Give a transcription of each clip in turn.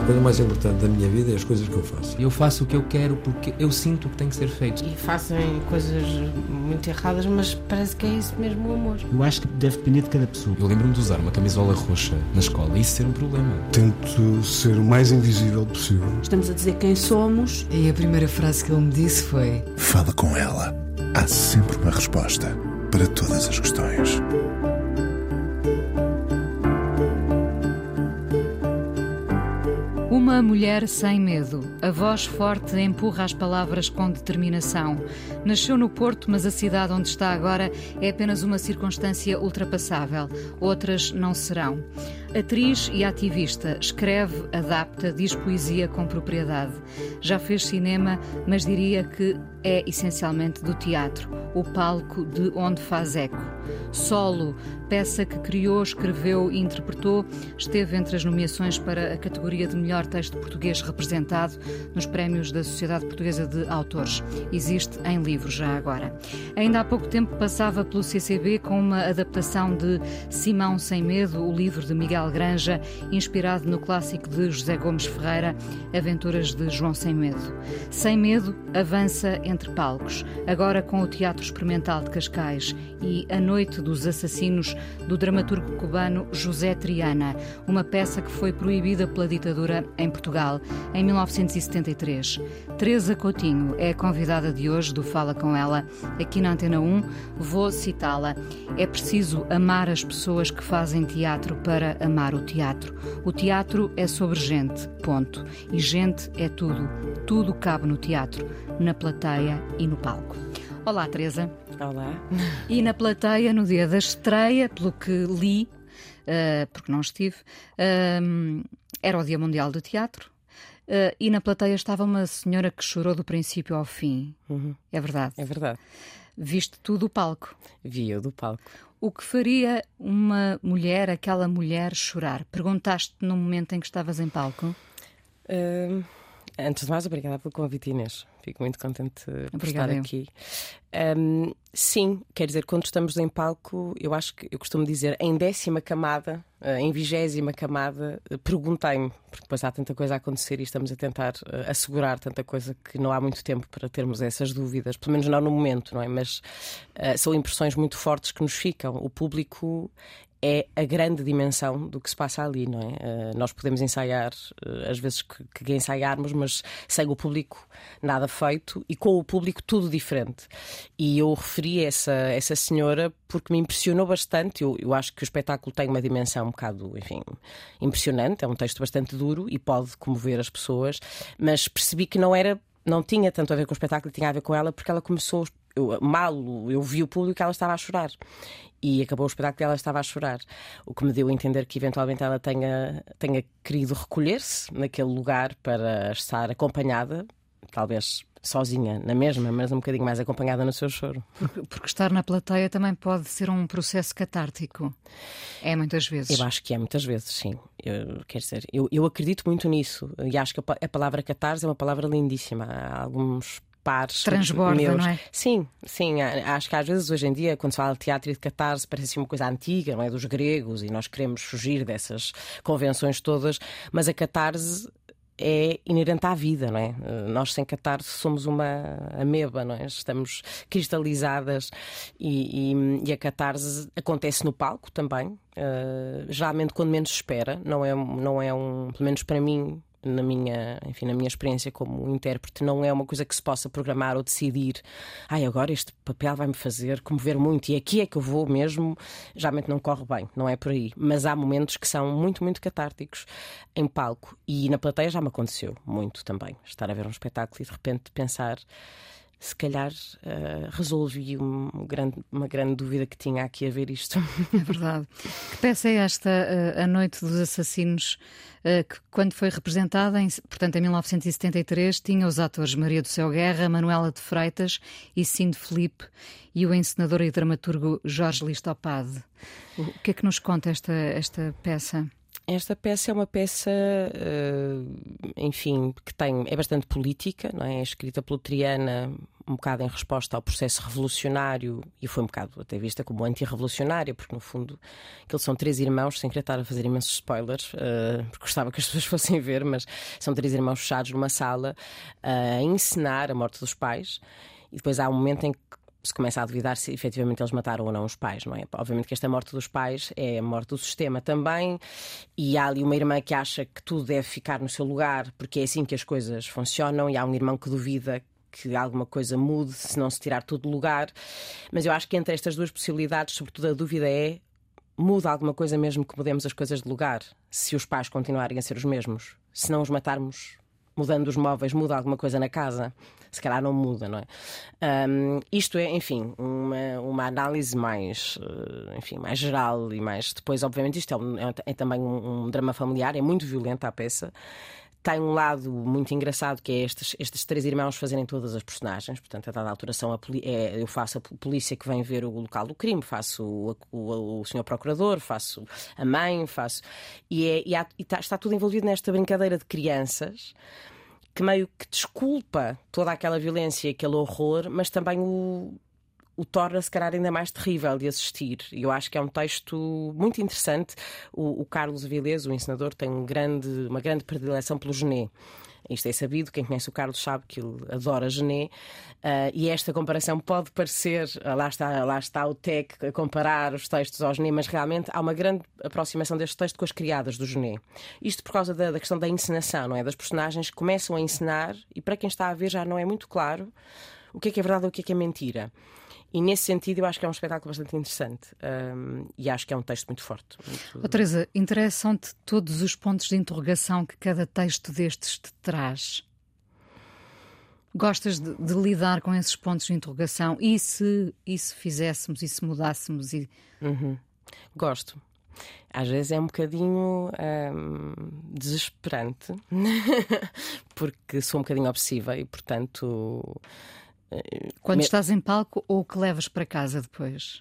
A coisa mais importante da minha vida é as coisas que eu faço. Eu faço o que eu quero porque eu sinto que tem que ser feito. E fazem coisas muito erradas, mas parece que é isso mesmo o amor. Eu acho que deve depender de cada pessoa. Eu lembro-me de usar uma camisola roxa na escola e isso ser um problema. Tento ser o mais invisível possível. Estamos a dizer quem somos. E a primeira frase que ele me disse foi: fala com ela. Há sempre uma resposta para todas as questões. Uma mulher sem medo. A voz forte empurra as palavras com determinação. Nasceu no Porto, mas a cidade onde está agora é apenas uma circunstância ultrapassável. Outras não serão. Atriz e ativista, escreve, adapta, diz poesia com propriedade. Já fez cinema, mas diria que é essencialmente do teatro, o palco de onde faz eco. Solo, peça que criou, escreveu e interpretou, esteve entre as nomeações para a categoria de melhor texto português representado nos prémios da Sociedade Portuguesa de Autores. Existe em livro já agora. Ainda há pouco tempo passava pelo CCB com uma adaptação de Simão Sem Medo, o livro de Miguel Granja, inspirado no clássico de José Gomes Ferreira, Aventuras de João Sem Medo. Sem Medo avança entre palcos, agora com o Teatro Experimental de Cascais e A Noite dos Assassinos, do dramaturgo cubano José Triana, uma peça que foi proibida pela ditadura em Portugal em 1973. Teresa Coutinho é a convidada de hoje do Fala Com Ela, aqui na Antena 1. Vou citá-la. É preciso amar as pessoas que fazem teatro para amar o teatro. O teatro é sobre gente, ponto. E gente é tudo. Tudo cabe no teatro, na plateia e no palco. Olá, Teresa. Olá. E na plateia, no dia da estreia, pelo que li, porque não estive, era o Dia Mundial do Teatro, e na plateia estava uma senhora que chorou do princípio ao fim. Uhum. É verdade? É verdade. Viste tu do palco? Vi eu do palco. O que faria uma mulher, aquela mulher, chorar? Perguntaste no momento em que estavas em palco? Antes de mais, obrigada pelo convite, Inês. Fico muito contente por estar aqui. Sim, quer dizer, quando estamos em palco, eu acho que eu costumo dizer em 10ª camada, em 20ª camada, perguntei-me, porque depois há tanta coisa a acontecer e estamos a tentar assegurar tanta coisa que não há muito tempo para termos essas dúvidas, pelo menos não no momento, não é? Mas são impressões muito fortes que nos ficam. O público é a grande dimensão do que se passa ali, não é? Nós podemos ensaiar, às vezes que ensaiarmos, mas sem o público nada feito e com o público tudo diferente. E eu referi essa senhora porque me impressionou bastante. Eu acho que o espetáculo tem uma dimensão um bocado, enfim, impressionante. É um texto bastante duro e pode comover as pessoas, mas percebi que não tinha tanto a ver com o espetáculo, tinha a ver com ela, porque ela começou... Eu vi o público e ela estava a chorar. E acabou o espetáculo e ela estava a chorar. O que me deu a entender que eventualmente ela tenha querido recolher-se naquele lugar para estar acompanhada, talvez sozinha na mesma, mas um bocadinho mais acompanhada no seu choro. Porque estar na plateia também pode ser um processo catártico. É muitas vezes. Eu acho que é muitas vezes, sim. Quer dizer, eu acredito muito nisso. E acho que a palavra catarse é uma palavra lindíssima. Há alguns pares transborda, meus. Não é? Sim. Acho que às vezes hoje em dia, quando se fala de teatro e de catarse, parece assim uma coisa antiga, não é? Dos gregos, e nós queremos fugir dessas convenções todas, mas a catarse é inerente à vida, não é? Nós sem catarse somos uma ameba, não é? Estamos cristalizadas e a catarse acontece no palco também, geralmente quando menos se espera, não é pelo menos para mim, na minha experiência como intérprete, não é uma coisa que se possa programar ou decidir. Agora este papel vai-me fazer comover muito e aqui é que eu vou mesmo. Geralmente não corre bem, não é por aí. Mas há momentos que são muito, muito catárticos em palco. E na plateia já me aconteceu muito também. Estar a ver um espetáculo e de repente pensar... Se calhar resolvi uma grande dúvida que tinha aqui a ver isto. É verdade. Que peça é esta, A Noite dos Assassinos, que quando foi representada, portanto em 1973, tinha os atores Maria do Céu Guerra, Manuela de Freitas e Cindo Filipe e o encenador e dramaturgo Jorge Listopade. O que é que nos conta esta peça? Esta peça é uma peça, enfim, que é bastante política, não é? É escrita pelo Triana um bocado em resposta ao processo revolucionário, e foi um bocado até vista como anti-revolucionária, porque no fundo aqueles são 3 irmãos, sem querer estar a fazer imensos spoilers, porque gostava que as pessoas fossem ver, mas são 3 irmãos fechados numa sala a encenar a morte dos pais, e depois há um momento em que se começa a duvidar se efetivamente eles mataram ou não os pais, não é? Obviamente que esta morte dos pais é a morte do sistema também, e há ali uma irmã que acha que tudo deve ficar no seu lugar, porque é assim que as coisas funcionam, e há um irmão que duvida que alguma coisa mude se não se tirar tudo do lugar. Mas eu acho que entre estas 2 possibilidades, sobretudo a dúvida é: muda alguma coisa mesmo que mudemos as coisas de lugar? Se os pais continuarem a ser os mesmos, se não os matarmos mudando os móveis, muda alguma coisa na casa? Se calhar não muda, não é? Isto é, enfim, uma análise mais, enfim, mais geral e mais... Depois, obviamente, isto é também um drama familiar, é muito violenta a peça. Tem um lado muito engraçado, que é estes 3 irmãos fazerem todas as personagens. Portanto, a dada altura eu faço a polícia que vem ver o local do crime, faço o senhor procurador, faço a mãe, está tudo envolvido nesta brincadeira de crianças, que meio que desculpa toda aquela violência e aquele horror, mas também o torna, se calhar, ainda mais terrível de assistir. E eu acho que é um texto muito interessante. O Carlos Avilés, o encenador, tem uma grande predileção pelo Genet. Isto é sabido, quem conhece o Carlos sabe que ele adora Genet. E esta comparação pode parecer... Lá está o Tec a comparar os textos ao Genet, mas realmente há uma grande aproximação deste texto com as criadas do Genet. Isto por causa da questão da encenação, não é? Das personagens que começam a encenar, e para quem está a ver já não é muito claro o que é verdade ou o que é mentira. E nesse sentido eu acho que é um espetáculo bastante interessante, e acho que é um texto muito forte. Teresa, interessam-te todos os pontos de interrogação que cada texto destes te traz? Gostas de lidar com esses pontos de interrogação? E se fizéssemos, e se mudássemos? Gosto. Às vezes é um bocadinho desesperante, porque sou um bocadinho obsessiva e, portanto... Quando estás em palco, ou o que levas para casa depois?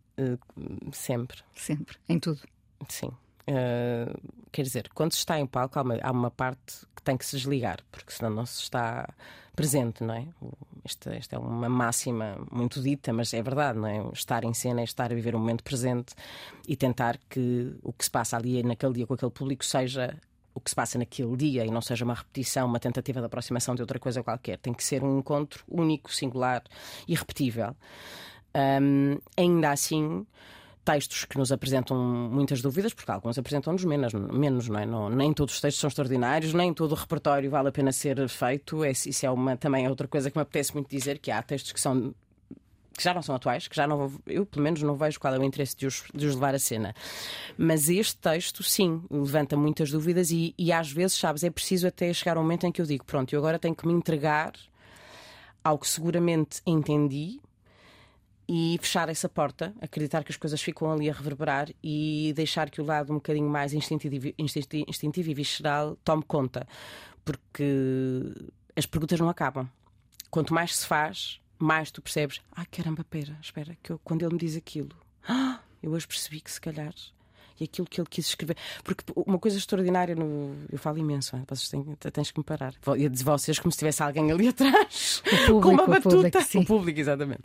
Sempre. Sempre, em tudo? Sim. Quer dizer, quando se está em palco há uma parte que tem que se desligar, porque senão não se está presente, não é? Esta é uma máxima muito dita, mas é verdade, não é? Estar em cena é estar a viver o momento presente e tentar que o que se passa ali naquele dia com aquele público seja o que se passa naquele dia e não seja uma repetição, uma tentativa de aproximação de outra coisa qualquer. Tem que ser um encontro único, singular e irrepetível. Ainda assim, textos que nos apresentam muitas dúvidas, porque alguns apresentam-nos menos, não é? Nem todos os textos são extraordinários, nem todo o repertório vale a pena ser feito. Isso também é outra coisa que me apetece muito dizer, que há textos que já não são atuais, que eu pelo menos não vejo qual é o interesse de os levar à cena. Mas este texto, sim, levanta muitas dúvidas e às vezes, sabes, é preciso até chegar a um momento em que eu digo, pronto, eu agora tenho que me entregar ao que seguramente entendi e fechar essa porta, acreditar que as coisas ficam ali a reverberar e deixar que o lado um bocadinho mais instintivo e visceral tome conta. Porque as perguntas não acabam. Quanto mais se faz, mais tu percebes, caramba, espera, que quando ele me diz aquilo, eu hoje percebi que se calhar, e aquilo que ele quis escrever, porque uma coisa extraordinária, eu falo imenso, vocês tens que me parar, ia dizer vocês como se tivesse alguém ali atrás, com uma batuta, o público, exatamente.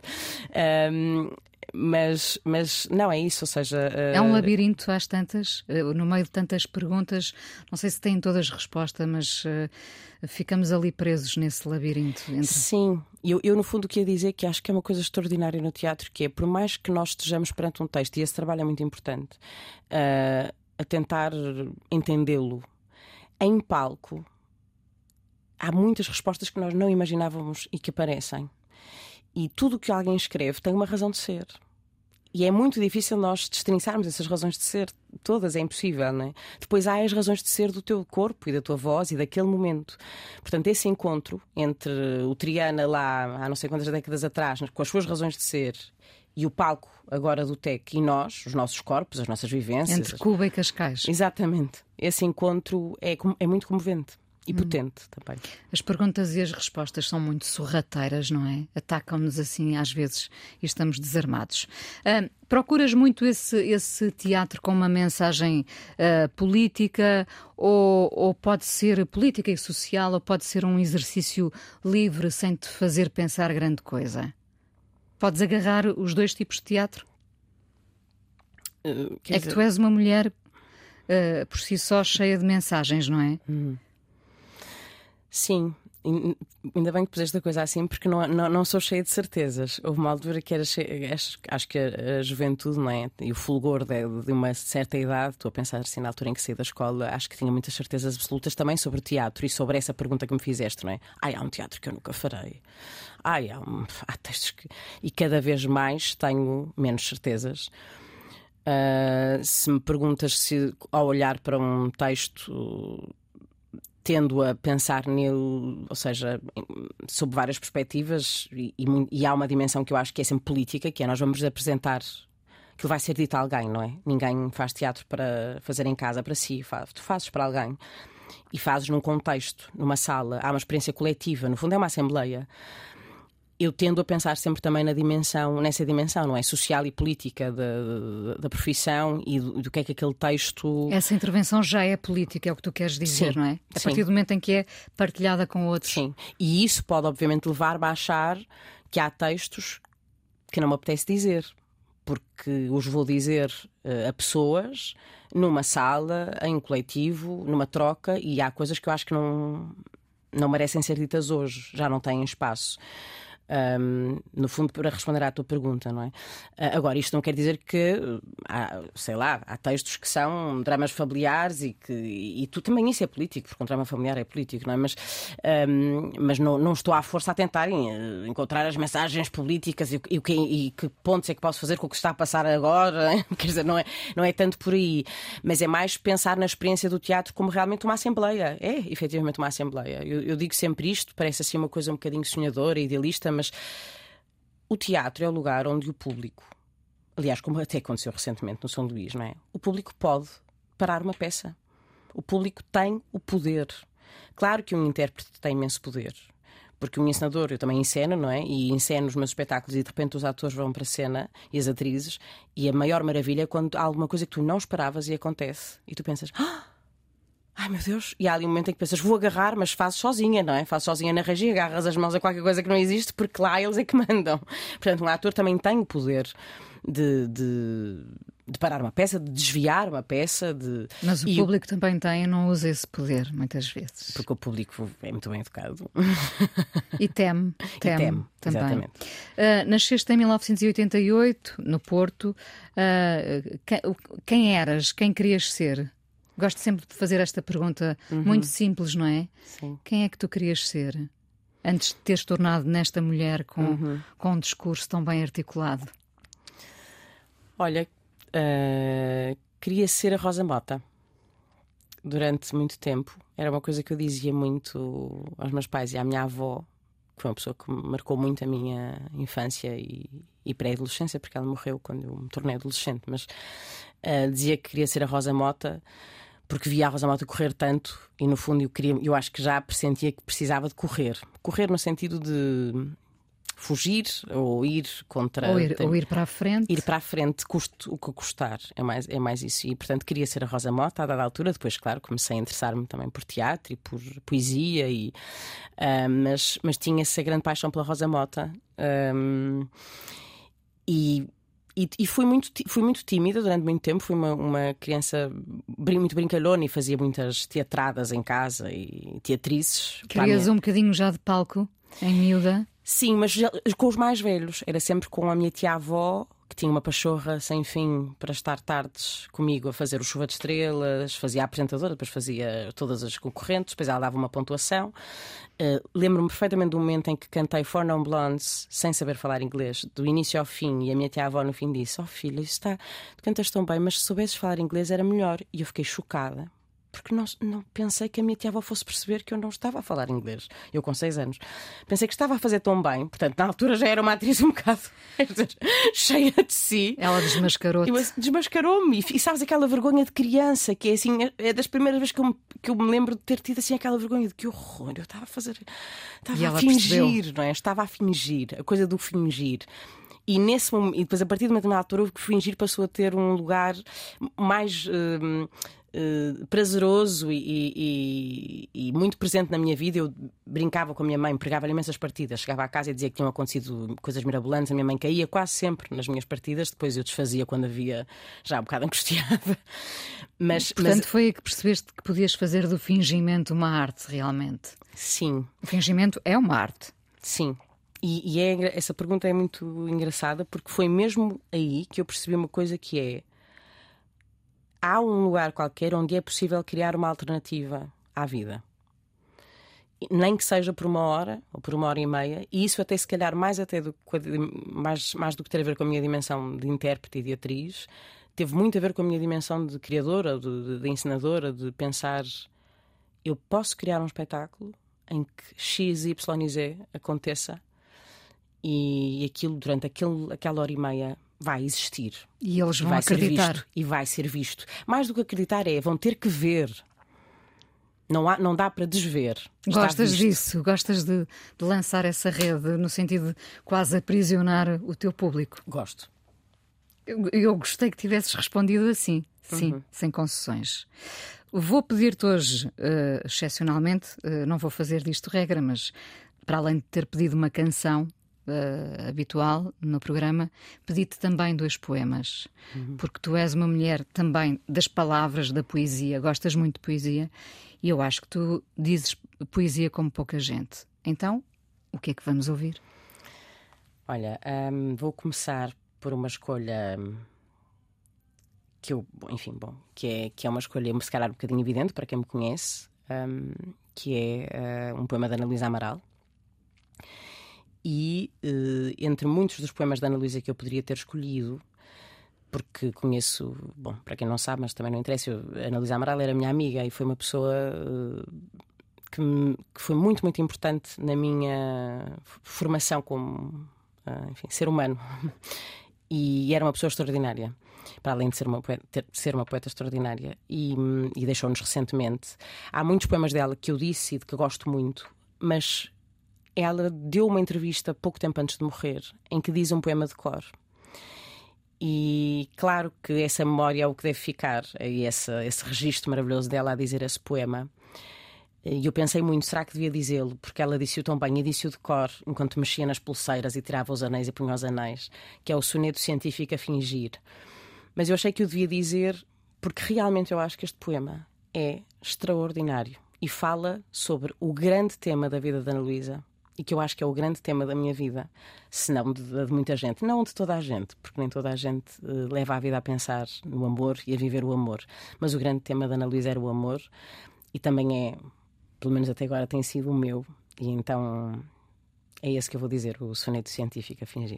Mas não é isso, ou seja... É um labirinto às tantas, no meio de tantas perguntas, não sei se têm todas resposta, mas ficamos ali presos nesse labirinto. Sim, eu no fundo queria dizer que acho que é uma coisa extraordinária no teatro, que é, por mais que nós estejamos perante um texto, e esse trabalho é muito importante, a tentar entendê-lo em palco, há muitas respostas que nós não imaginávamos e que aparecem. E tudo o que alguém escreve tem uma razão de ser. E é muito difícil nós destrinçarmos essas razões de ser. Todas, é impossível, não é? Depois há as razões de ser do teu corpo e da tua voz e daquele momento. Portanto, esse encontro entre o Triana lá há não sei quantas décadas atrás, com as suas razões de ser, e o palco agora do Tec e nós, os nossos corpos, as nossas vivências. Entre Cuba e Cascais. Exatamente. Esse encontro é muito comovente. E potente também. As perguntas e as respostas são muito sorrateiras, não é? Atacam-nos assim às vezes e estamos desarmados. Procuras muito esse teatro com uma mensagem política ou pode ser política e social ou pode ser um exercício livre sem te fazer pensar grande coisa? Podes agarrar os dois tipos de teatro? Que tu és uma mulher por si só cheia de mensagens, não é? Sim, ainda bem que puseste a coisa assim, porque não sou cheia de certezas. Houve uma altura que era cheia, acho que a juventude, não é? E o fulgor de uma certa idade, estou a pensar assim, na altura em que saí da escola, acho que tinha muitas certezas absolutas também sobre teatro e sobre essa pergunta que me fizeste, não é? Há um teatro que eu nunca farei. Há textos que... E cada vez mais tenho menos certezas. Se me perguntas se, ao olhar para um texto, tendo a pensar nele, ou seja, sob várias perspectivas, e há uma dimensão que eu acho que é sempre política, que é nós vamos apresentar, que vai ser dito a alguém, não é? Ninguém faz teatro para fazer em casa para si, tu fazes para alguém e fazes num contexto, numa sala, há uma experiência coletiva, no fundo é uma assembleia. Eu tendo a pensar sempre também nessa dimensão, não é? Social e política da profissão e do que é que aquele texto... Essa intervenção já é política, é o que tu queres dizer, sim, não é? A partir do momento em que é partilhada com outros. Sim, e isso pode obviamente levar-me a achar que há textos que não me apetece dizer, porque os vou dizer a pessoas numa sala, em um coletivo, numa troca, e há coisas que eu acho que não merecem ser ditas hoje, já não têm espaço. No fundo, para responder à tua pergunta, não é? Agora, isto não quer dizer que há textos que são dramas familiares e tu também isso é político, porque um drama familiar é político, não é? Mas não estou à força a tentar encontrar as mensagens políticas e que pontos é que posso fazer com o que está a passar agora. Quer dizer, não é tanto por aí, mas é mais pensar na experiência do teatro como realmente uma assembleia. É efetivamente uma assembleia. Eu digo sempre isto, parece assim uma coisa um bocadinho sonhadora, idealista, mas o teatro é o lugar onde o público, aliás, como até aconteceu recentemente no São Luís, não é? O público pode parar uma peça. O público tem o poder. Claro que um intérprete tem imenso poder, porque um encenador, eu também enceno, não é? E enceno os meus espetáculos e de repente os atores vão para a cena e as atrizes, e a maior maravilha é quando há alguma coisa que tu não esperavas e acontece e tu pensas... Ai meu Deus, e há ali um momento em que pensas, vou agarrar, mas fazes sozinha, não é? Fazes sozinha na regia, agarras as mãos a qualquer coisa que não existe, porque lá eles é que mandam. Portanto, um ator também tem o poder de parar uma peça, de desviar uma peça. Mas o público também tem e não usa esse poder, muitas vezes. Porque o público é muito bem educado. E teme também. Exatamente. Nasceste em 1988, no Porto. Quem eras? Quem querias ser? Gosto sempre de fazer esta pergunta muito simples, não é? Sim. Quem é que tu querias ser antes de teres tornado nesta mulher com um discurso tão bem articulado? Olha, queria ser a Rosa Mota. Durante muito tempo. Era uma coisa que eu dizia muito aos meus pais e à minha avó, que foi uma pessoa que marcou muito a minha infância e pré-adolescência, porque ela morreu quando eu me tornei adolescente. Mas dizia que queria ser a Rosa Mota porque via a Rosa Mota correr tanto e no fundo eu acho que já pressentia que precisava de correr no sentido de fugir ou ir contra ou ir para a frente, custe o que custar, é mais isso. E portanto queria ser a Rosa Mota a dada altura. Depois, claro, comecei a interessar-me também por teatro e por poesia mas tinha essa grande paixão pela Rosa Mota. E fui muito tímida durante muito tempo. Fui uma criança muito brincalhona e fazia muitas teatradas em casa e teatrices. Querias um bocadinho já de palco, em miúda? Sim, mas com os mais velhos. Era sempre com a minha tia-avó, que tinha uma pachorra sem fim para estar tardes comigo a fazer o Chuva de Estrelas. Fazia a apresentadora, depois fazia todas as concorrentes, depois ela dava uma pontuação. Lembro-me perfeitamente do momento em que cantei Four Non Blondes sem saber falar inglês, do início ao fim, e a minha tia-avó no fim disse: "Oh filha, tu cantas tão bem, mas se soubesses falar inglês era melhor." E eu fiquei chocada. porque não pensei que a minha tia-avó fosse perceber que eu não estava a falar inglês. Eu com 6 anos. Pensei que estava a fazer tão bem, portanto, na altura já era uma atriz um bocado cheia de si. Ela desmascarou-te. Desmascarou-me. E sabes aquela vergonha de criança, que é assim, é das primeiras vezes que eu me lembro de ter tido assim aquela vergonha de que horror, eu estava a fazer. Estava a fingir, não é? Estava a fingir, a coisa do fingir. E nesse momento, e depois a partir de uma determinada altura, o fingir passou a ter um lugar mais prazeroso e muito presente na minha vida. Eu brincava com a minha mãe, pregava-lhe imensas partidas, chegava à casa e dizia que tinham acontecido coisas mirabolantes. A minha mãe caía quase sempre nas minhas partidas, depois eu desfazia quando havia já um bocado angustiada. Portanto, foi aí que percebeste que podias fazer do fingimento uma arte, realmente? Sim. O fingimento é uma arte? Sim. E essa pergunta é muito engraçada, porque foi mesmo aí que eu percebi uma coisa, que é: há um lugar qualquer onde é possível criar uma alternativa à vida. Nem que seja por 1 hora ou por 1h30, e isso até se calhar mais do que ter a ver com a minha dimensão de intérprete e de atriz, teve muito a ver com a minha dimensão de criadora, de encenadora, de pensar: eu posso criar um espetáculo em que X, Y e Z aconteça, e aquilo durante aquela 1h30 vai existir. E eles vão acreditar. E vai ser visto. Mais do que acreditar vão ter que ver. Não dá para desver. Gostas disso? Gostas de lançar essa rede no sentido de quase aprisionar o teu público? Gosto. Eu gostei que tivesses respondido assim. Sim, sem concessões. Vou pedir-te hoje, excepcionalmente, não vou fazer disto regra, mas para além de ter pedido uma canção habitual no programa, pedi-te também 2 poemas, porque tu és uma mulher também das palavras, da poesia, gostas muito de poesia, e eu acho que tu dizes poesia como pouca gente. Então, o que é que vamos ouvir? Olha, vou começar por uma escolha que é uma escolha, se calhar, um bocadinho evidente para quem me conhece, que é um poema da Ana Luísa Amaral. E entre muitos dos poemas da Ana Luísa que eu poderia ter escolhido, porque conheço, para quem não sabe, mas também não interessa, a Ana Luísa Amaral era minha amiga e foi uma pessoa que foi muito, muito importante na minha formação como ser humano. E era uma pessoa extraordinária, para além de ser uma poeta extraordinária, e deixou-nos recentemente. Há muitos poemas dela que eu disse e de que gosto muito, mas ela deu uma entrevista pouco tempo antes de morrer, em que diz um poema de cor. E claro que essa memória é o que deve ficar, e esse registro maravilhoso dela a dizer esse poema. E eu pensei muito, será que devia dizê-lo? Porque ela disse-o tão bem, e disse-o de cor, enquanto mexia nas pulseiras e tirava os anéis e punha os anéis, que é o soneto científico a fingir. Mas eu achei que o devia dizer porque realmente eu acho que este poema é extraordinário e fala sobre o grande tema da vida da Ana Luísa, e que eu acho que é o grande tema da minha vida, se não de muita gente, não de toda a gente, porque nem toda a gente leva a vida a pensar no amor e a viver o amor, mas o grande tema da Ana Luísa era o amor, e também é, pelo menos até agora, tem sido o meu, e então é esse que eu vou dizer, o soneto científico a fingir.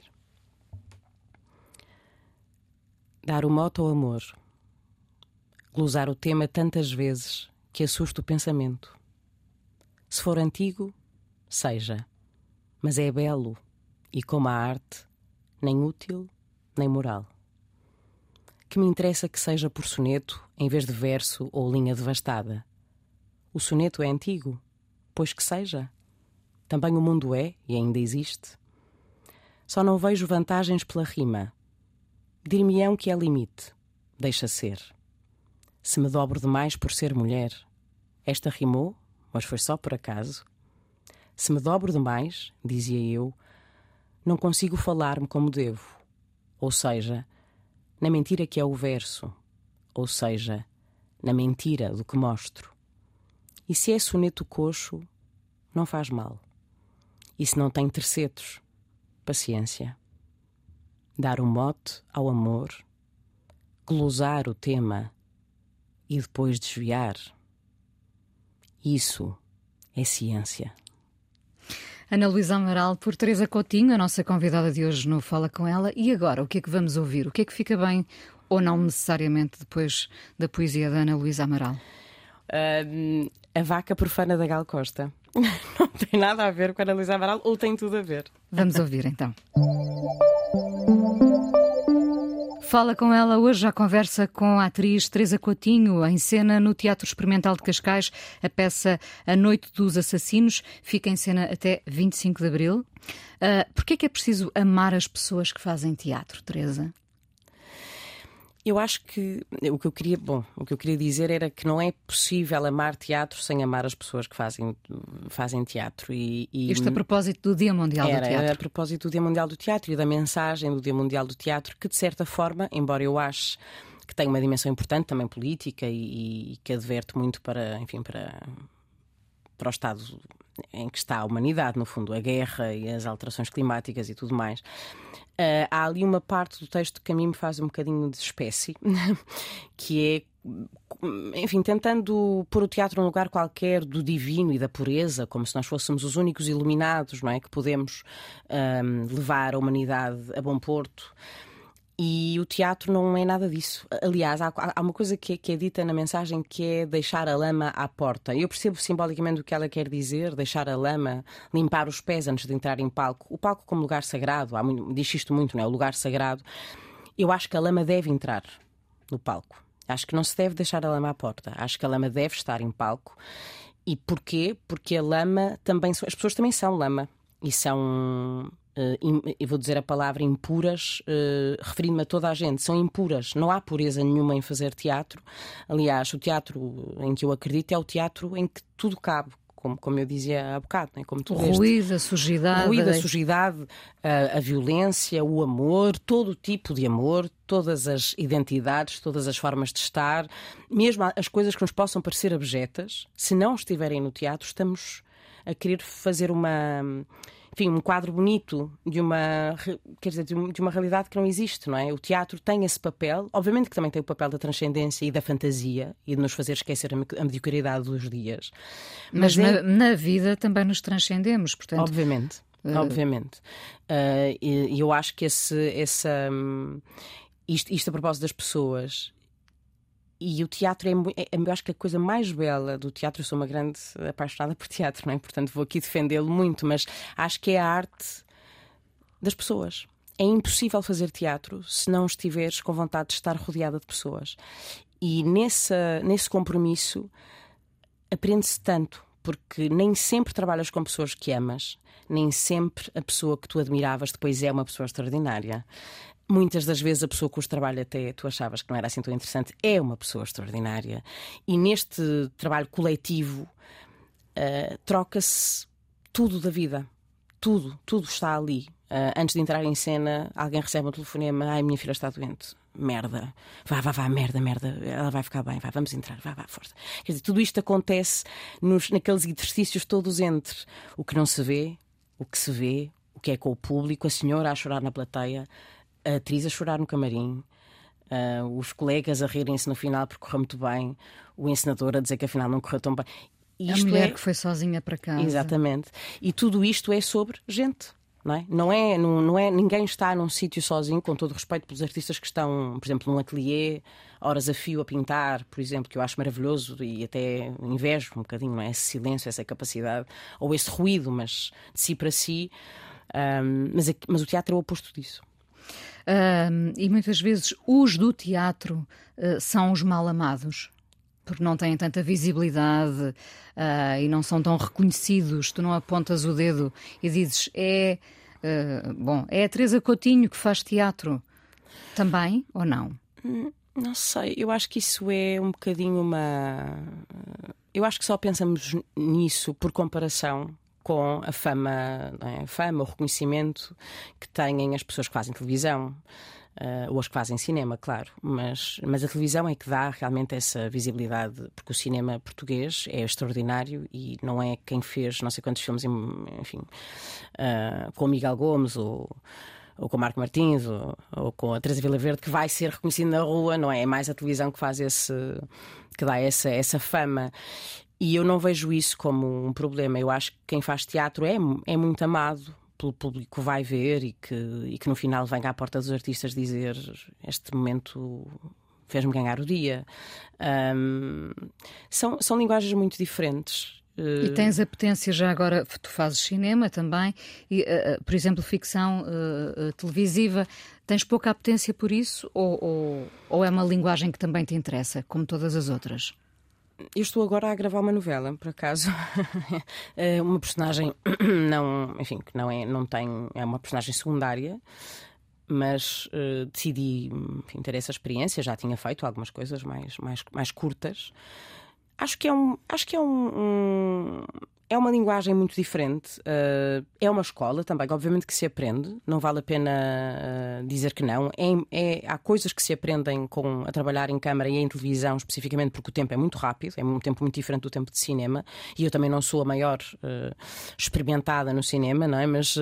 Dar o mote ao amor, glosar o tema tantas vezes que assusta o pensamento. Se for antigo, seja, mas é belo e, como a arte, nem útil nem moral. Que me interessa que seja por soneto em vez de verso ou linha devastada. O soneto é antigo, pois que seja. Também o mundo é e ainda existe. Só não vejo vantagens pela rima. Dir-me-ão que é limite, deixa ser. Se me dobro demais por ser mulher, esta rimou, mas foi só por acaso. Se me dobro demais, dizia eu, não consigo falar-me como devo. Ou seja, na mentira que é o verso. Ou seja, na mentira do que mostro. E se é soneto coxo, não faz mal. E se não tem tercetos, paciência. Dar um mote ao amor, glosar o tema e depois desviar. Isso é ciência. Ana Luísa Amaral, por Teresa Coutinho, a nossa convidada de hoje no Fala Com Ela. E agora, o que é que vamos ouvir? O que é que fica bem ou não necessariamente depois da poesia da Ana Luísa Amaral? A Vaca Profana da Gal Costa. Não tem nada a ver com a Ana Luísa Amaral, ou tem tudo a ver? Vamos ouvir então. Fala com ela hoje, já conversa com a atriz Teresa Coutinho, em cena no Teatro Experimental de Cascais. A peça A Noite dos Assassinos fica em cena até 25 de abril. Porquê é que é preciso amar as pessoas que fazem teatro, Teresa? Eu acho que o que eu queria dizer era que não é possível amar teatro sem amar as pessoas que fazem teatro. Isto a propósito do Dia Mundial do Teatro. A propósito do Dia Mundial do Teatro e da mensagem do Dia Mundial do Teatro, que de certa forma, embora eu ache que tem uma dimensão importante também política e que adverte muito para o estado em que está a humanidade, no fundo, a guerra e as alterações climáticas e tudo mais. Há ali uma parte do texto que a mim me faz um bocadinho de espécie, que é, enfim, tentando pôr o teatro num lugar qualquer do divino e da pureza, como se nós fôssemos os únicos iluminados, não é? Que podemos levar a humanidade a bom porto. E o teatro não é nada disso. Aliás, há uma coisa que é dita na mensagem, que é deixar a lama à porta. Eu percebo simbolicamente o que ela quer dizer, deixar a lama, limpar os pés antes de entrar em palco. O palco como lugar sagrado, diz isto muito, não é? O lugar sagrado. Eu acho que a lama deve entrar no palco. Acho que não se deve deixar a lama à porta. Acho que a lama deve estar em palco. E porquê? Porque a lama também... As pessoas também são lama. E são... eu vou dizer a palavra impuras, referindo-me a toda a gente, são impuras, não há pureza nenhuma em fazer teatro. Aliás, o teatro em que eu acredito é o teatro em que tudo cabe, como eu dizia há bocado, né? Como o ruído, a sujidade, a violência, o amor, todo o tipo de amor, todas as identidades, todas as formas de estar, mesmo as coisas que nos possam parecer abjetas, se não estiverem no teatro, estamos a querer fazer um quadro bonito de uma realidade que não existe, não é? O teatro tem esse papel, obviamente que também tem o papel da transcendência e da fantasia e de nos fazer esquecer a mediocridade dos dias. Mas na vida também nos transcendemos, portanto... Obviamente. E eu acho que isto a propósito das pessoas... E o teatro eu acho que a coisa mais bela do teatro, eu sou uma grande apaixonada por teatro, não é? Portanto vou aqui defendê-lo muito, mas acho que é a arte das pessoas. É impossível fazer teatro se não estiveres com vontade de estar rodeada de pessoas. E nesse compromisso aprende-se tanto, porque nem sempre trabalhas com pessoas que amas, nem sempre a pessoa que tu admiravas depois é uma pessoa extraordinária. Muitas das vezes a pessoa cujo trabalho até tu achavas que não era assim tão interessante é uma pessoa extraordinária. E neste trabalho coletivo troca-se tudo da vida. Tudo está ali. Antes de entrar em cena, alguém recebe um telefonema: ai, minha filha está doente. Merda. Vá, merda. Ela vai ficar bem, vamos entrar, vá, força. Quer dizer, tudo isto acontece naqueles exercícios todos entre o que não se vê, o que se vê, o que é com o público, a senhora a chorar na plateia, a atriz a chorar no camarim, os colegas a rirem-se no final porque correu muito bem, o encenador a dizer que afinal não correu tão bem. A mulher que foi sozinha para casa. Exatamente. E tudo isto é sobre gente. Não é, ninguém está num sítio sozinho, com todo o respeito pelos artistas que estão, por exemplo, num ateliê, horas a fio a pintar, por exemplo, que eu acho maravilhoso e até invejo um bocadinho, não é? Esse silêncio, essa capacidade, ou esse ruído, mas de si para si. Mas o teatro é o oposto disso. E muitas vezes os do teatro são os mal amados, porque não têm tanta visibilidade e não são tão reconhecidos. Tu não apontas o dedo e dizes: é a Teresa Coutinho que faz teatro. Também ou não? Não sei, eu acho que isso é um bocadinho eu acho que só pensamos nisso por comparação com a fama, o reconhecimento que têm as pessoas que fazem televisão, ou as que fazem cinema, claro. Mas a televisão é que dá realmente essa visibilidade, porque o cinema português é extraordinário e não é quem fez não sei quantos filmes, enfim, com o Miguel Gomes ou com o Marco Martins ou com a Teresa Vila Verde que vai ser reconhecido na rua, não é? É mais a televisão que faz que dá essa fama. E eu não vejo isso como um problema. Eu acho que quem faz teatro é muito amado pelo público que vai ver e que no final vem à porta dos artistas dizer: este momento fez-me ganhar o dia. São linguagens muito diferentes. E tens a potência já agora, tu fazes cinema também, e, por exemplo, ficção televisiva, tens pouca apetência por isso ou é uma linguagem que também te interessa, como todas as outras? Eu estou agora a gravar uma novela, por acaso. Uma personagem é uma personagem secundária, mas decidi ter essa experiência. Já tinha feito algumas coisas mais curtas. Acho que é uma linguagem muito diferente. É uma escola também, obviamente que se aprende. Não vale a pena dizer que não. Há coisas que se aprendem a trabalhar em câmara e em televisão, especificamente porque o tempo é muito rápido. É um tempo muito diferente do tempo de cinema. E eu também não sou a maior experimentada no cinema, não é? Mas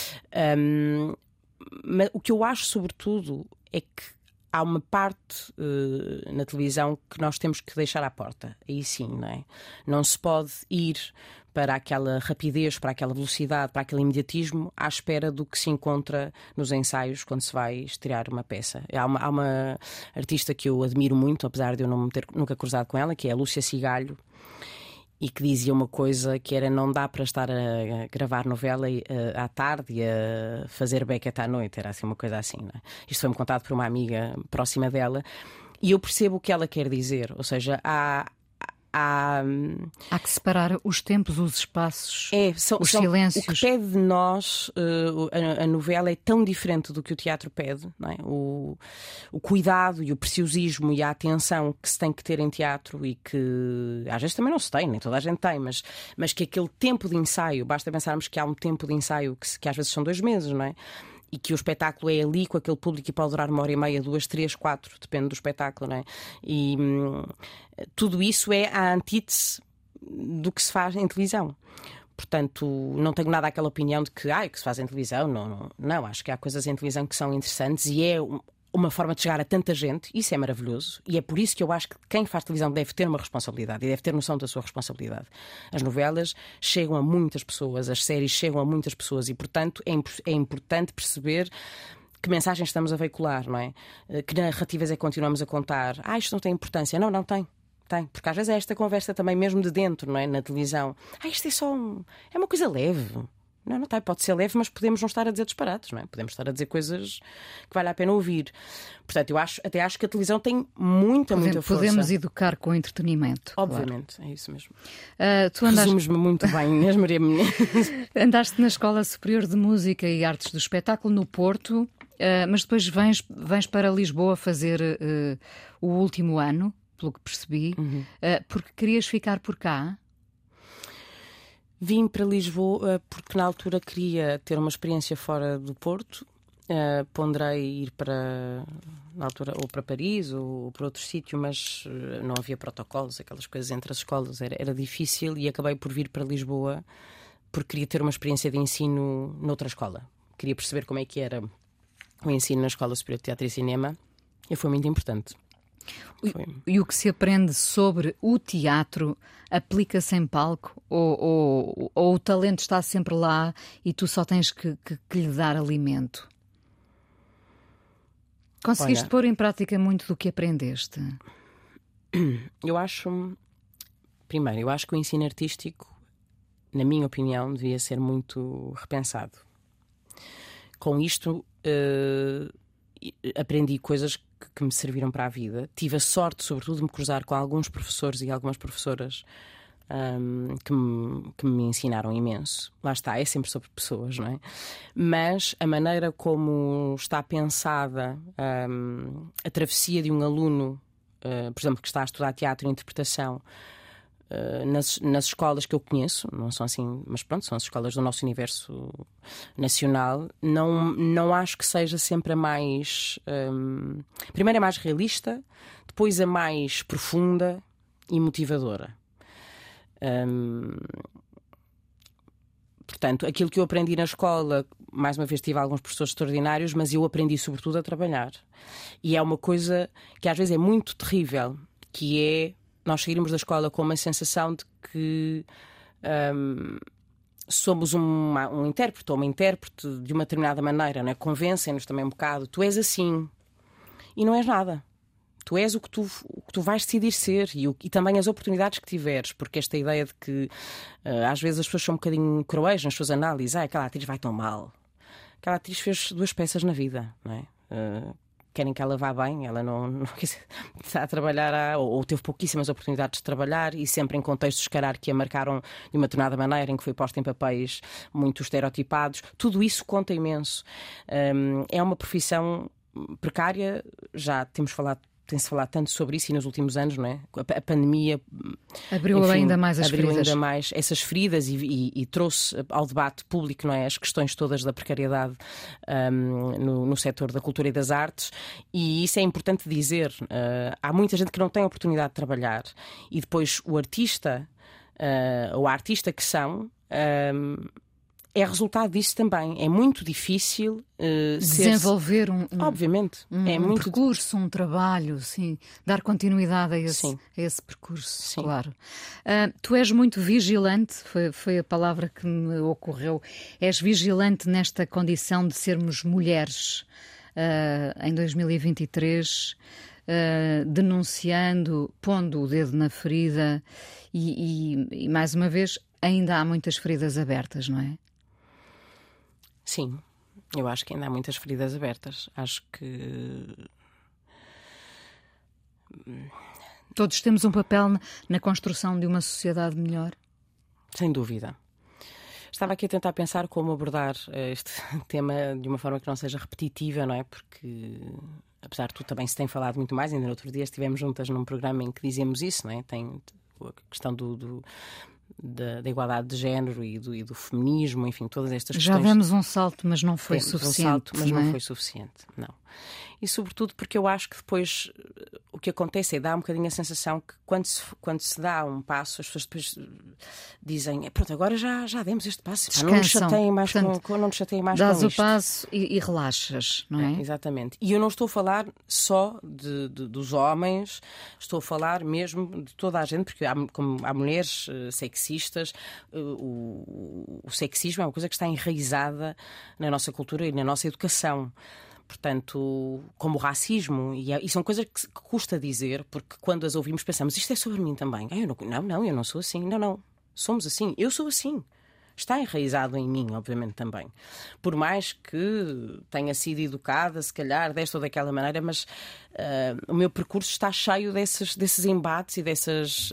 o que eu acho, sobretudo, é que há uma parte na televisão que nós temos que deixar à porta. Aí sim, não é? Não se pode ir para aquela rapidez, para aquela velocidade, para aquele imediatismo, à espera do que se encontra nos ensaios quando se vai estrear uma peça. Há uma artista que eu admiro muito, apesar de eu não me ter nunca cruzado com ela, que é a Lúcia Cigalho, e que dizia uma coisa que era: não dá para estar a gravar novela à tarde e a fazer Beckett à noite. Era assim uma coisa assim, não é? Isto foi-me contado por uma amiga próxima dela e eu percebo o que ela quer dizer. Ou seja, há que separar os tempos, os espaços, os silêncios. O que pede de nós a novela é tão diferente do que o teatro pede, não é? O cuidado e o preciosismo e a atenção que se tem que ter em teatro, e que às vezes também não se tem, nem toda a gente tem, mas que aquele tempo de ensaio, basta pensarmos que há um tempo de ensaio que às vezes são 2 meses, não é? E que o espetáculo é ali com aquele público e pode durar 1h30, 2, 3, 4, depende do espetáculo, não é? E tudo isso é a antítese do que se faz em televisão. Portanto, não tenho nada aquela opinião de que que se faz em televisão. Não, acho que há coisas em televisão que são interessantes e é uma forma de chegar a tanta gente. Isso é maravilhoso e é por isso que eu acho que quem faz televisão deve ter uma responsabilidade e deve ter noção da sua responsabilidade. As novelas chegam a muitas pessoas, as séries chegam a muitas pessoas e, portanto, é importante perceber que mensagens estamos a veicular, não é? Que narrativas é que continuamos a contar. Isto não tem importância. Não tem. Tem, porque às vezes é esta conversa também mesmo de dentro, não é? Na televisão. Isto é só é uma coisa leve. Não tem, pode ser leve, mas podemos não estar a dizer disparates, não é? Podemos estar a dizer coisas que vale a pena ouvir. Portanto, eu acho que a televisão tem muita força. Podemos educar com entretenimento. Obviamente, claro. É isso mesmo. Resumes-me muito bem, Inês Maria Menezes. Andaste na Escola Superior de Música e Artes do Espetáculo, no Porto, mas depois vens para Lisboa fazer o último ano, pelo que percebi, porque querias ficar por cá? Vim para Lisboa porque na altura queria ter uma experiência fora do Porto. Ponderei ir na altura, ou para Paris ou para outro sítio, mas não havia protocolos, aquelas coisas entre as escolas, era difícil, e acabei por vir para Lisboa porque queria ter uma experiência de ensino noutra escola. Queria perceber como é que era o ensino na Escola Superior de Teatro e Cinema, e foi muito importante. E o que se aprende sobre o teatro aplica-se em palco? Ou o talento está sempre lá e tu só tens que lhe dar alimento? Conseguiste pôr em prática muito do que aprendeste? Eu acho que o ensino artístico, na minha opinião, devia ser muito repensado. Com isto, aprendi coisas que me serviram para a vida. Tive a sorte, sobretudo, de me cruzar com alguns professores e algumas professoras que me ensinaram imenso. Lá está, é sempre sobre pessoas, não é? Mas a maneira como está pensada a travessia de um aluno, por exemplo, que está a estudar teatro e interpretação, nas escolas que eu conheço, não são assim, mas pronto, são as escolas do nosso universo nacional, não acho que seja sempre a mais primeiro é mais realista, depois a mais profunda e motivadora. Portanto, aquilo que eu aprendi na escola, mais uma vez tive alguns professores extraordinários, mas eu aprendi sobretudo a trabalhar, e é uma coisa que às vezes é muito terrível, que é nós sairmos da escola com uma sensação de que somos um intérprete ou uma intérprete de uma determinada maneira, não é? Convencem-nos também um bocado. Tu és assim. E não és nada. Tu és o que tu vais decidir ser e também as oportunidades que tiveres, porque esta ideia de que às vezes as pessoas são um bocadinho cruéis nas suas análises. Aquela atriz vai tão mal. Aquela atriz fez 2 peças na vida, não é? Querem que ela vá bem, ela não está a trabalhar ou teve pouquíssimas oportunidades de trabalhar e sempre em contextos, se calhar, que a marcaram de uma determinada maneira, em que foi posta em papéis muito estereotipados. Tudo isso conta imenso. É uma profissão precária, já tem-se falado tanto sobre isso e nos últimos anos, não é? A pandemia abriu ainda mais as feridas. Ainda mais essas feridas e trouxe ao debate público, não é? As questões todas da precariedade no setor da cultura e das artes, e isso é importante dizer. Há muita gente que não tem a oportunidade de trabalhar e depois o artista ou a artista que são é resultado disso também. É muito difícil desenvolver obviamente, é muito percurso, um trabalho, sim, dar continuidade a esse percurso, sim. Claro. Tu és muito vigilante, foi a palavra que me ocorreu. És vigilante nesta condição de sermos mulheres em 2023, denunciando, pondo o dedo na ferida e mais uma vez, ainda há muitas feridas abertas, não é? Sim, eu acho que ainda há muitas feridas abertas. Acho que todos temos um papel na construção de uma sociedade melhor. Sem dúvida. Estava aqui a tentar pensar como abordar este tema de uma forma que não seja repetitiva, não é? Porque, apesar de tudo, também se tem falado muito mais. Ainda no outro dia estivemos juntas num programa em que dizíamos isso, não é? Tem a questão da igualdade de género e do feminismo, enfim, todas estas questões. Já demos um salto, mas não foi suficiente. Um salto, mas não foi suficiente, não. E sobretudo porque eu acho que depois o que acontece é dar um bocadinho a sensação que quando se dá um passo, as pessoas depois dizem, pronto, agora já demos este passo, não nos chateiem mais. Portanto, não nos chateiem mais com isto. Dás o passo e relaxas, não é? Exatamente. E eu não estou a falar só dos homens, estou a falar mesmo de toda a gente, porque há mulheres sexistas. O sexismo é uma coisa que está enraizada na nossa cultura e na nossa educação. Portanto, como o racismo, e são coisas que custa dizer, porque quando as ouvimos pensamos, isto é sobre mim também. Eu não sou assim. Não, somos assim. Eu sou assim. Está enraizado em mim, obviamente, também. Por mais que tenha sido educada, se calhar, desta ou daquela maneira, mas o meu percurso está cheio desses embates e dessas...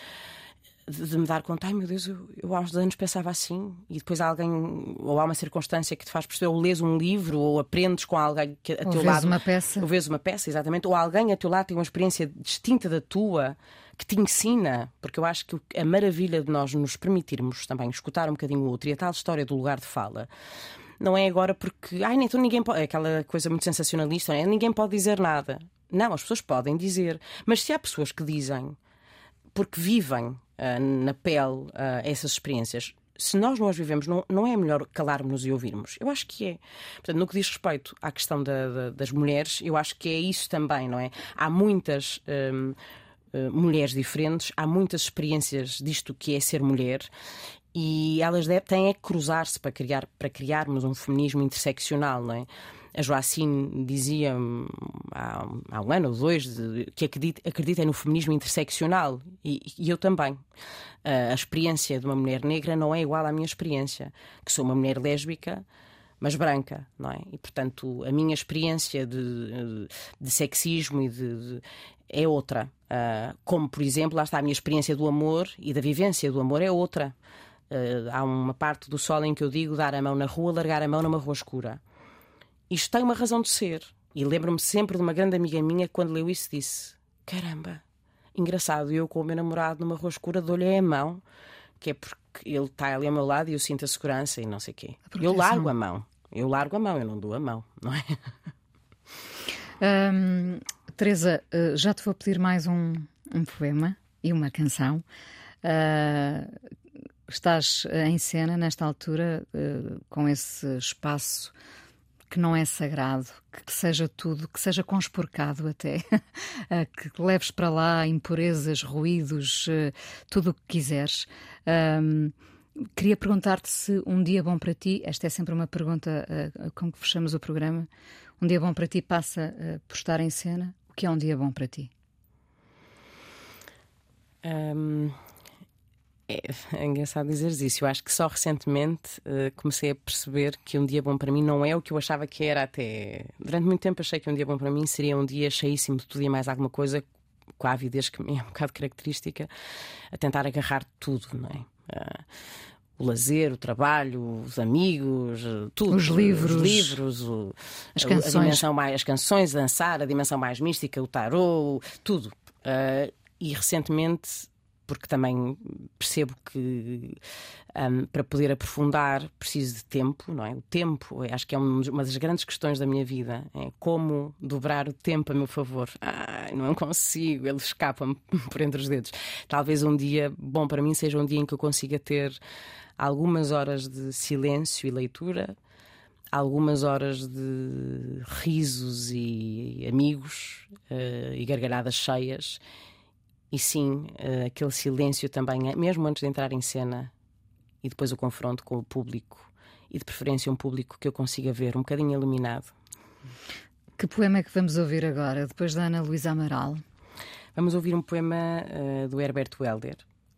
de me dar conta, ai meu Deus, eu há uns anos pensava assim, e depois alguém, ou há uma circunstância que te faz perceber, ou lês um livro, ou aprendes com alguém que a teu lado. Ou vês uma peça, exatamente, ou alguém a teu lado tem uma experiência distinta da tua, que te ensina, porque eu acho que a maravilha de nós nos permitirmos também escutar um bocadinho o outro, e a tal história do lugar de fala, não é agora porque, então ninguém pode, é aquela coisa muito sensacionalista, não é? Ninguém pode dizer nada. Não, as pessoas podem dizer, mas se há pessoas que dizem, porque vivem na pele essas experiências, se nós não as vivemos, não é melhor calarmos-nos e ouvirmos? Eu acho que é. Portanto, no que diz respeito à questão das mulheres, eu acho que é isso também, não é? Há muitas mulheres diferentes, há muitas experiências disto que é ser mulher, e elas têm que cruzar-se para criarmos um feminismo interseccional, não é? A Joacine dizia há um ano ou dois que acredita no feminismo interseccional, e eu também. A experiência de uma mulher negra não é igual à minha experiência, que sou uma mulher lésbica, mas branca, não é? E, portanto, a minha experiência de sexismo é outra. Como, por exemplo, lá está a minha experiência do amor e da vivência do amor é outra. Há uma parte do Sol em que eu digo dar a mão na rua, largar a mão numa rua escura. Isto tem uma razão de ser. E lembro-me sempre de uma grande amiga minha que, quando leu isso, disse: caramba, engraçado, eu com o meu namorado numa rua escura dou-lhe a mão, que é porque ele está ali ao meu lado e eu sinto a segurança e não sei o quê. Eu largo a mão, eu não dou a mão, não é? Teresa, já te vou pedir mais um poema e uma canção. Estás em cena nesta altura, com esse espaço que não é sagrado, que seja tudo, que seja conspurcado até, que leves para lá impurezas, ruídos, tudo o que quiseres. Queria perguntar-te se um dia bom para ti, esta é sempre uma pergunta com que fechamos o programa, um dia bom para ti passa por estar em cena? O que é um dia bom para ti? É engraçado dizeres isso. Eu acho que só recentemente comecei a perceber que um dia bom para mim não é o que eu achava que era até... Durante muito tempo achei que um dia bom para mim seria um dia cheíssimo de tudo e mais alguma coisa, com a avidez que me é um bocado característica, a tentar agarrar tudo, não é? O lazer, o trabalho, os amigos, tudo. Os livros, as canções. As canções, dançar, a dimensão mais mística, o tarô, tudo. E recentemente, porque também percebo que para poder aprofundar preciso de tempo, não é? O tempo, acho que é uma das grandes questões da minha vida. É como dobrar o tempo a meu favor. Não consigo, ele escapa-me por entre os dedos. Talvez um dia bom para mim seja um dia em que eu consiga ter algumas horas de silêncio e leitura, algumas horas de risos e amigos e gargalhadas cheias. E sim, aquele silêncio também, mesmo antes de entrar em cena, e depois o confronto com o público, e de preferência um público que eu consiga ver um bocadinho iluminado. Que poema é que vamos ouvir agora, depois da Ana Luísa Amaral? Vamos ouvir um poema do Herbert Welder,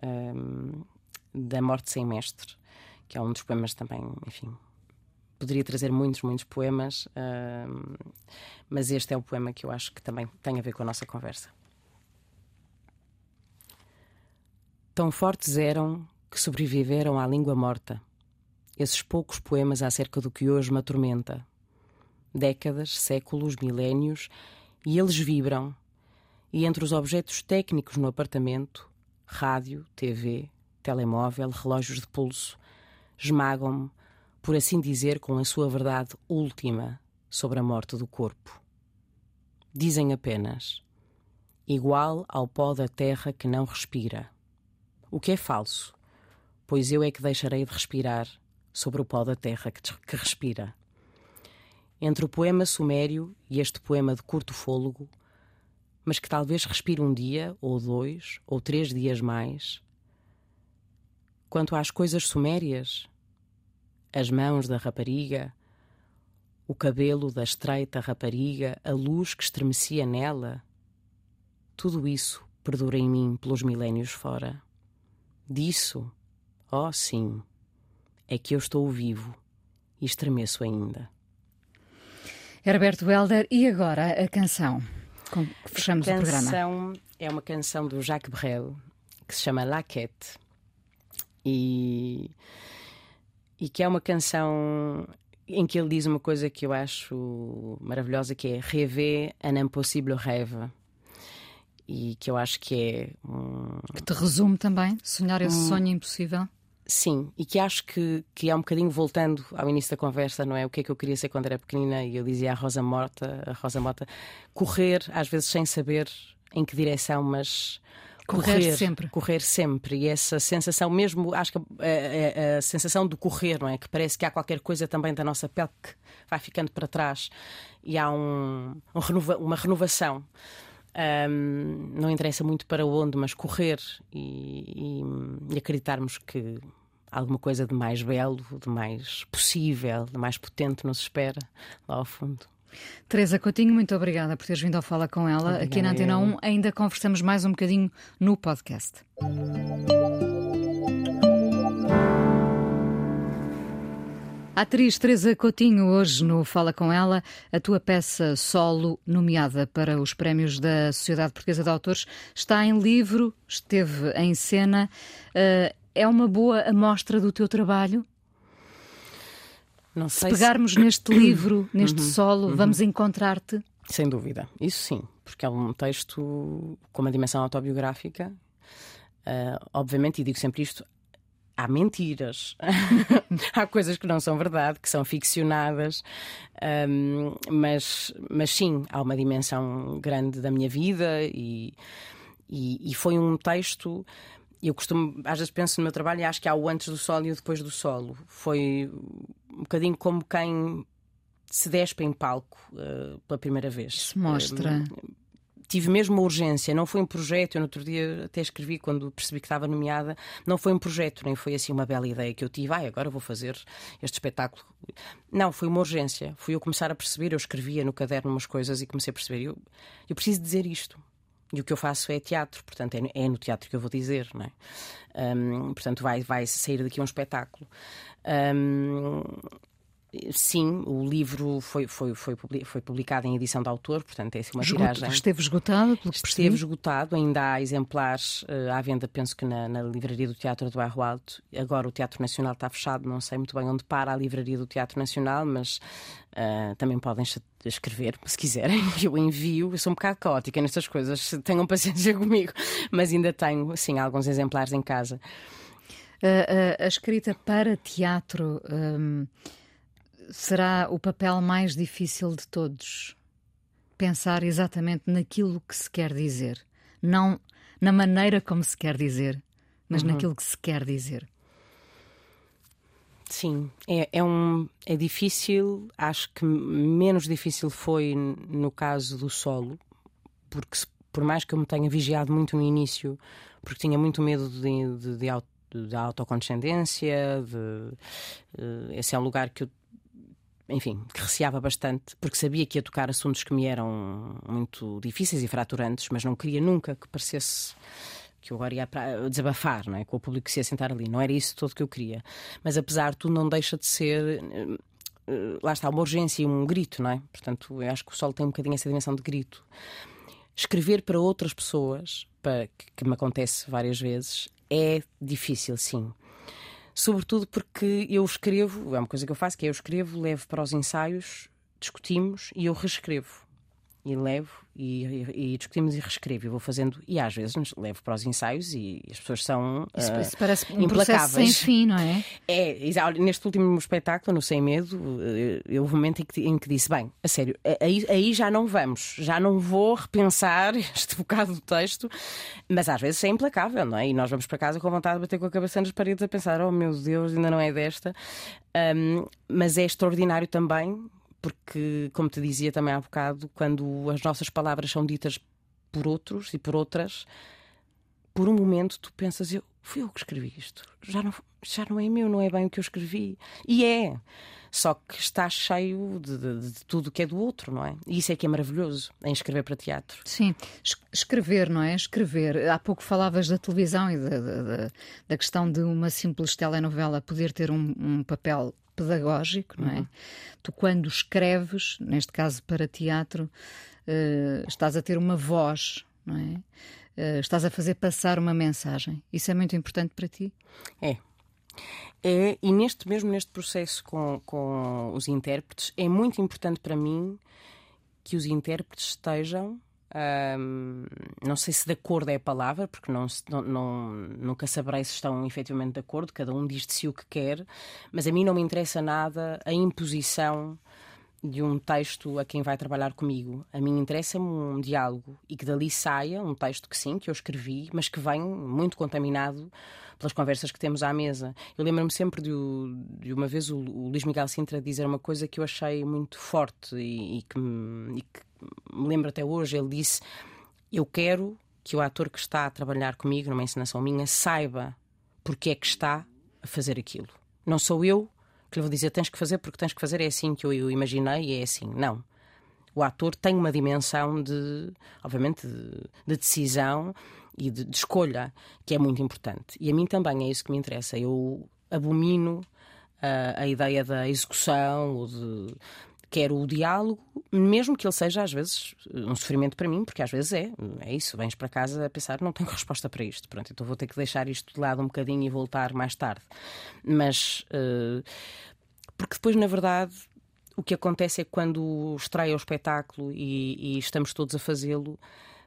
da Morte Sem Mestre, que é um dos poemas também, enfim, poderia trazer muitos poemas, mas este é o poema que eu acho que também tem a ver com a nossa conversa. Tão fortes eram que sobreviveram à língua morta, esses poucos poemas acerca do que hoje me atormenta. Décadas, séculos, milénios, e eles vibram. E entre os objetos técnicos no apartamento, rádio, TV, telemóvel, relógios de pulso, esmagam-me, por assim dizer, com a sua verdade última sobre a morte do corpo. Dizem apenas: igual ao pó da terra que não respira. O que é falso, pois eu é que deixarei de respirar sobre o pó da terra que respira. Entre o poema sumério e este poema de curto fôlego, mas que talvez respire um dia, ou 2, ou 3 dias mais. Quanto às coisas sumérias, as mãos da rapariga, o cabelo da estreita rapariga, a luz que estremecia nela, tudo isso perdura em mim pelos milénios fora. Disso, sim, é que eu estou vivo e estremeço ainda. Herbert Welder, e agora a canção com que fechamos o programa? A canção é uma canção do Jacques Brel que se chama La Quête e que é uma canção em que ele diz uma coisa que eu acho maravilhosa, que é rêver un impossible rêve. E que eu acho que é... Que te resume também, sonhar esse sonho impossível? Sim, e que acho que é um bocadinho voltando ao início da conversa, não é? O que é que eu queria ser quando era pequenina, e eu dizia a Rosa Mota, correr, às vezes sem saber em que direção, mas... Correr sempre. E essa sensação mesmo, acho que a sensação do correr, não é? Que parece que há qualquer coisa também da nossa pele que vai ficando para trás e há uma renovação. Não interessa muito para onde, mas correr e acreditarmos que alguma coisa de mais belo, de mais possível, de mais potente nos espera lá ao fundo. Teresa Coutinho, muito obrigada por teres vindo ao Fala Com Ela. Obrigada. Aqui na Antena 1 ainda conversamos mais um bocadinho no podcast. A atriz Teresa Coutinho, hoje no Fala Com Ela, a tua peça solo, nomeada para os prémios da Sociedade Portuguesa de Autores, está em livro, esteve em cena. É uma boa amostra do teu trabalho? Não sei. Se pegarmos neste livro, neste solo, vamos encontrar-te? Sem dúvida, isso sim, porque é um texto com uma dimensão autobiográfica. Obviamente, e digo sempre isto, há mentiras, há coisas que não são verdade, que são ficcionadas, mas sim, há uma dimensão grande da minha vida e foi um texto. Eu costumo, às vezes penso no meu trabalho e acho que há o antes do solo e o depois do solo. Foi um bocadinho como quem se despe em palco pela primeira vez. Isso mostra. tive mesmo uma urgência, não foi um projeto. Eu no outro dia até escrevi, quando percebi que estava nomeada, não foi um projeto, nem foi assim uma bela ideia que eu tive, agora vou fazer este espetáculo. Não, foi uma urgência. Fui eu começar a perceber, eu escrevia no caderno umas coisas e comecei a perceber, eu preciso dizer isto. E o que eu faço é teatro, portanto é no teatro que eu vou dizer, não é? Portanto vai sair daqui um espetáculo. Sim, o livro foi publicado em edição de autor, portanto é uma tiragem. Esteve esgotado, pelo que percebi? Esteve esgotado, ainda há exemplares à venda, penso que na livraria do Teatro do Bairro Alto. Agora o Teatro Nacional está fechado, não sei muito bem onde para a livraria do Teatro Nacional, mas também podem escrever, se quiserem, eu envio. Eu sou um bocado caótica nestas coisas, tenham paciência comigo, mas ainda tenho, sim, alguns exemplares em casa. A escrita para teatro será o papel mais difícil de todos? Pensar exatamente naquilo que se quer dizer, não na maneira como se quer dizer, mas naquilo que se quer dizer. Sim, é difícil. Acho que menos difícil foi no caso do solo, porque por mais que eu me tenha vigiado muito no início, porque tinha muito medo da autocondescendência, esse é um lugar que eu, enfim, que receava bastante, porque sabia que ia tocar assuntos que me eram muito difíceis e fraturantes, mas não queria nunca que parecesse que eu agora ia desabafar, não é? Com o público que se ia sentar ali. Não era isso todo que eu queria. Mas apesar de tudo, não deixa de ser, lá está, uma urgência e um grito, não é? Portanto, eu acho que o solo tem um bocadinho essa dimensão de grito. Escrever para outras pessoas, que me acontece várias vezes, é difícil, sim. Sobretudo porque eu escrevo, é uma coisa que eu faço, que é eu escrevo, levo para os ensaios, discutimos e eu reescrevo. E levo e discutimos e reescrevo. Eu vou fazendo, e às vezes levo para os ensaios e as pessoas são isso parece um implacáveis. Processo sem fim, não é? Neste último espetáculo, no Sem Medo, houve um momento em que disse, bem, a sério, aí já não vamos, já não vou repensar este bocado do texto, mas às vezes é implacável, não é? E nós vamos para casa com vontade de bater com a cabeça nas paredes a pensar, oh meu Deus, ainda não é desta. Mas é extraordinário também, porque, como te dizia também há bocado, quando as nossas palavras são ditas por outros e por outras, por um momento tu pensas, fui eu que escrevi isto, já não é meu, não é bem o que eu escrevi. E é, só que está cheio de tudo que é do outro, não é? E isso é que é maravilhoso em escrever para teatro. Sim, escrever, não é? Escrever. Há pouco falavas da televisão e da questão de uma simples telenovela poder ter um papel pedagógico, não é? Tu, quando escreves, neste caso para teatro, estás a ter uma voz, não é? Estás a fazer passar uma mensagem. Isso é muito importante para ti? É, e mesmo neste processo com os intérpretes, é muito importante para mim que os intérpretes estejam, não sei se de acordo é a palavra, porque nunca saberei se estão efetivamente de acordo, cada um diz de si o que quer, mas a mim não me interessa nada a imposição de um texto a quem vai trabalhar comigo. A mim interessa-me um diálogo e que dali saia um texto que sim, que eu escrevi, mas que vem muito contaminado pelas conversas que temos à mesa. Eu lembro-me sempre de uma vez o Luís Miguel Sintra dizer uma coisa que eu achei muito forte e que me lembro até hoje. Ele disse, eu quero que o ator que está a trabalhar comigo numa encenação minha saiba porque é que está a fazer aquilo. Não sou eu que lhe vou dizer tens que fazer porque tens que fazer, é assim que eu imaginei e é assim. Não. O ator tem uma dimensão obviamente, de decisão e de escolha, que é muito importante. E a mim também é isso que me interessa. Eu abomino a ideia da execução ou quero o diálogo, mesmo que ele seja às vezes um sofrimento para mim, porque às vezes é isso, vens para casa a pensar, não tenho resposta para isto, pronto, então vou ter que deixar isto de lado um bocadinho e voltar mais tarde. Mas porque depois, na verdade, o que acontece é que quando estreia o espetáculo e estamos todos a fazê-lo,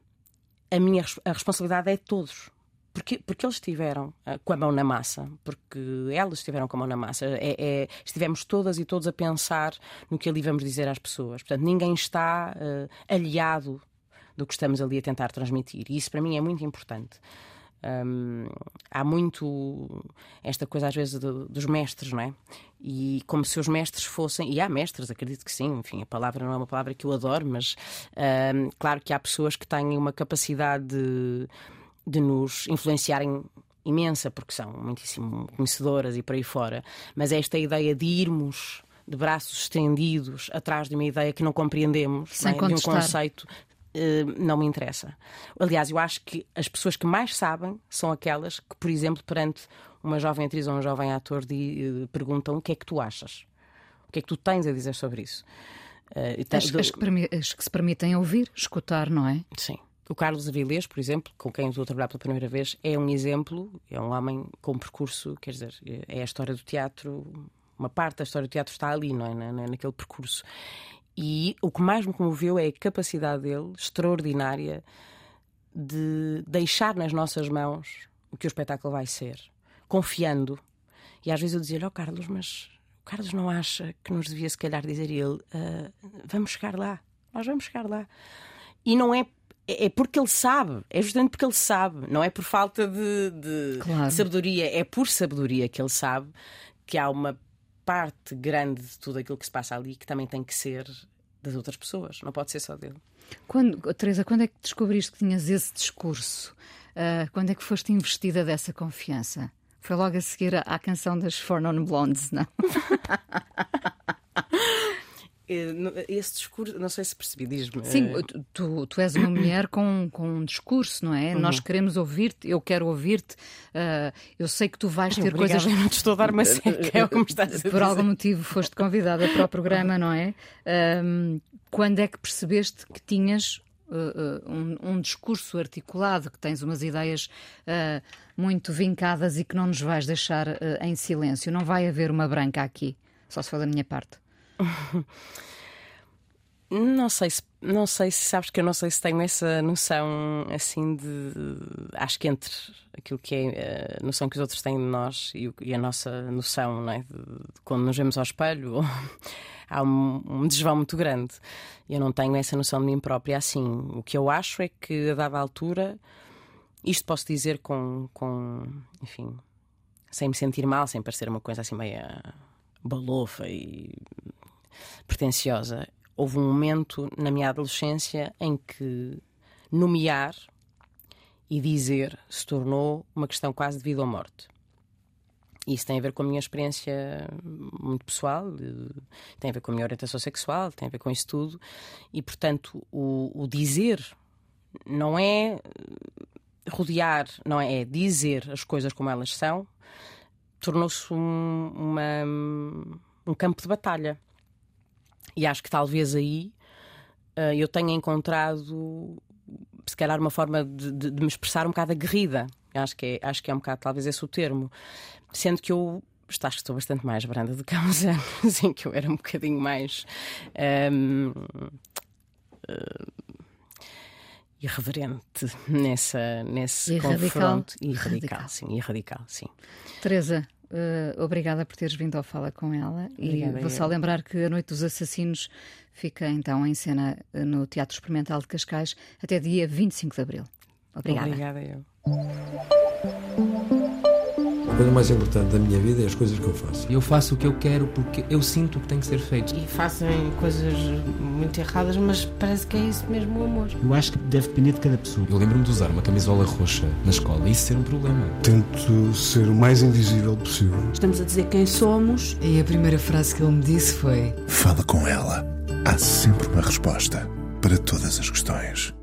a responsabilidade é de todos. Porque eles estiveram com a mão na massa, porque elas estiveram com a mão na massa. Estivemos todas e todos a pensar no que ali vamos dizer às pessoas. Portanto, ninguém está aliado do que estamos ali a tentar transmitir. E isso para mim é muito importante. Há muito esta coisa às vezes dos mestres, não é? E como se os mestres fossem, e há mestres, acredito que sim, enfim, a palavra não é uma palavra que eu adoro, mas claro que há pessoas que têm uma capacidade de nos influenciarem imensa, porque são muitíssimo conhecedoras e por aí fora, mas esta ideia de irmos de braços estendidos atrás de uma ideia que não compreendemos, não é? De um conceito, não me interessa. Aliás, eu acho que as pessoas que mais sabem são aquelas que, por exemplo, perante uma jovem atriz ou um jovem ator perguntam: o que é que tu achas? O que é que tu tens a dizer sobre isso? As que se permitem ouvir, escutar, não é? Sim. O Carlos Avilés, por exemplo, com quem estou a trabalhar pela primeira vez, é um exemplo, é um homem com percurso, quer dizer, é a história do teatro, uma parte da história do teatro está ali, não é? Naquele percurso. E o que mais me comoveu é a capacidade dele, extraordinária, de deixar nas nossas mãos o que o espetáculo vai ser, confiando. E às vezes eu dizia-lhe: Carlos, mas o Carlos não acha que nos devia se calhar dizer ele, vamos chegar lá, nós vamos chegar lá. E não é porque ele sabe, é justamente porque ele sabe, não é por falta de sabedoria, é por sabedoria que ele sabe que há uma parte grande de tudo aquilo que se passa ali que também tem que ser das outras pessoas, não pode ser só dele. Teresa, quando é que descobriste que tinhas esse discurso? Quando é que foste investida dessa confiança? Foi logo a seguir à canção das Four Non Blondes, não? Esse discurso, não sei se percebi, diz-me. Sim, tu és uma mulher com um discurso, não é? Nós queremos ouvir-te, eu quero ouvir-te. Eu sei que tu vais ter coisas. Eu não te estou a dar uma seca, é o que me estás a dizer. Por algum motivo foste convidada para o programa, não é? Quando é que percebeste que tinhas um discurso articulado, que tens umas ideias muito vincadas e que não nos vais deixar em silêncio? Não vai haver uma branca aqui, só se for da minha parte. Não sei se sabes que eu não sei se tenho essa noção assim acho que entre aquilo que é a noção que os outros têm de nós e a nossa noção, não é? de quando nos vemos ao espelho, há um desvão muito grande. Eu não tenho essa noção de mim própria assim. O que eu acho é que a dada altura, isto posso dizer com enfim, sem me sentir mal, sem parecer uma coisa assim meia balofa e pretenciosa. Houve um momento na minha adolescência em que nomear e dizer se tornou uma questão quase de vida ou morte. E isso tem a ver com a minha experiência muito pessoal, tem a ver com a minha orientação sexual, tem a ver com isso tudo. E, portanto, o dizer não é rodear, não é dizer as coisas como elas são, tornou-se um campo de batalha. E acho que talvez aí eu tenha encontrado, se calhar, uma forma de me expressar um bocado aguerrida. Acho que é um bocado, talvez, esse o termo. Sendo que eu estou bastante mais branda do que há uns anos, em que eu era um bocadinho mais irreverente nesse confronto. E radical, sim. Teresa, obrigada por teres vindo ao Fala com ela. Obrigada, e vou só lembrar que A Noite dos Assassinos fica então em cena no Teatro Experimental de Cascais até dia 25 de Abril. Obrigada eu. A coisa mais importante da minha vida é as coisas que eu faço. Eu faço o que eu quero porque eu sinto que tem que ser feito. E fazem coisas muito erradas, mas parece que é isso mesmo o amor. Eu acho que deve depender de cada pessoa. Eu lembro-me de usar uma camisola roxa na escola e isso ser um problema. Tento ser o mais invisível possível. Estamos a dizer quem somos. E a primeira frase que ele me disse foi: Fala com ela. Há sempre uma resposta para todas as questões.